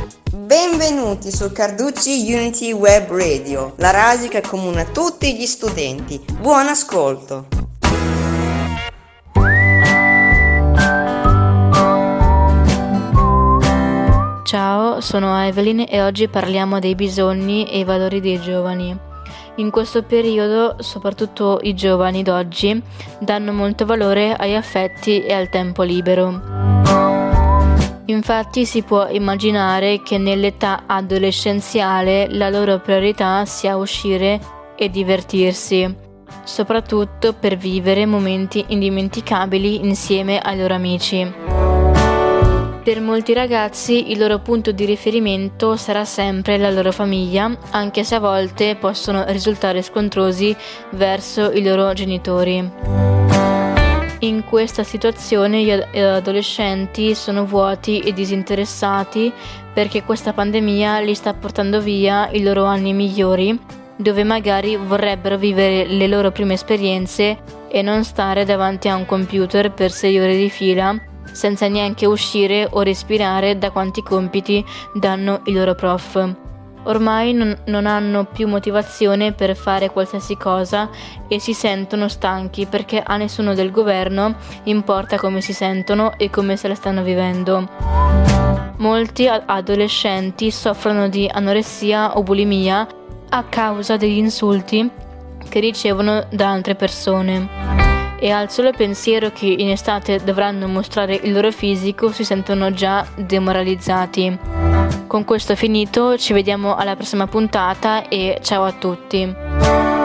Benvenuti su Carducci Unity Web Radio, la radio che accomuna tutti gli studenti. Buon ascolto! Ciao, sono Evelyn e oggi parliamo dei bisogni e i valori dei giovani. In questo periodo, soprattutto i giovani d'oggi, danno molto valore agli affetti e al tempo libero. Infatti si può immaginare che nell'età adolescenziale la loro priorità sia uscire e divertirsi, soprattutto per vivere momenti indimenticabili insieme ai loro amici. Per molti ragazzi il loro punto di riferimento sarà sempre la loro famiglia, anche se a volte possono risultare scontrosi verso i loro genitori. In questa situazione gli adolescenti sono vuoti e disinteressati perché questa pandemia li sta portando via i loro anni migliori, dove magari vorrebbero vivere le loro prime esperienze e non stare davanti a un computer per 6 ore di fila senza neanche uscire o respirare da quanti compiti danno i loro prof. Ormai non hanno più motivazione per fare qualsiasi cosa e si sentono stanchi perché a nessuno del governo importa come si sentono e come se la stanno vivendo. Molti adolescenti soffrono di anoressia o bulimia a causa degli insulti che ricevono da altre persone. E al solo pensiero che in estate dovranno mostrare il loro fisico si sentono già demoralizzati. Con questo è finito, ci vediamo alla prossima puntata e ciao a tutti!